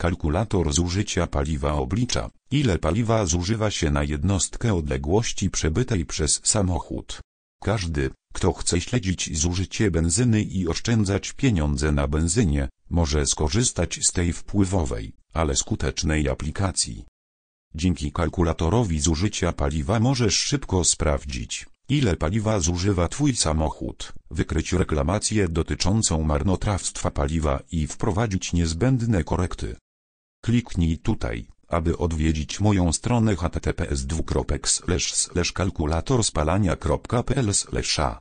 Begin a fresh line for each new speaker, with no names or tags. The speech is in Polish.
Kalkulator zużycia paliwa oblicza, ile paliwa zużywa się na jednostkę odległości przebytej przez samochód. Każdy, kto chce śledzić zużycie benzyny i oszczędzać pieniądze na benzynie, może skorzystać z tej wpływowej, ale skutecznej aplikacji. Dzięki kalkulatorowi zużycia paliwa możesz szybko sprawdzić, ile paliwa zużywa Twój samochód, wykryć reklamację dotyczącą marnotrawstwa paliwa i wprowadzić niezbędne korekty. Kliknij tutaj, aby odwiedzić moją stronę https://kalkulatorspalania.pl/a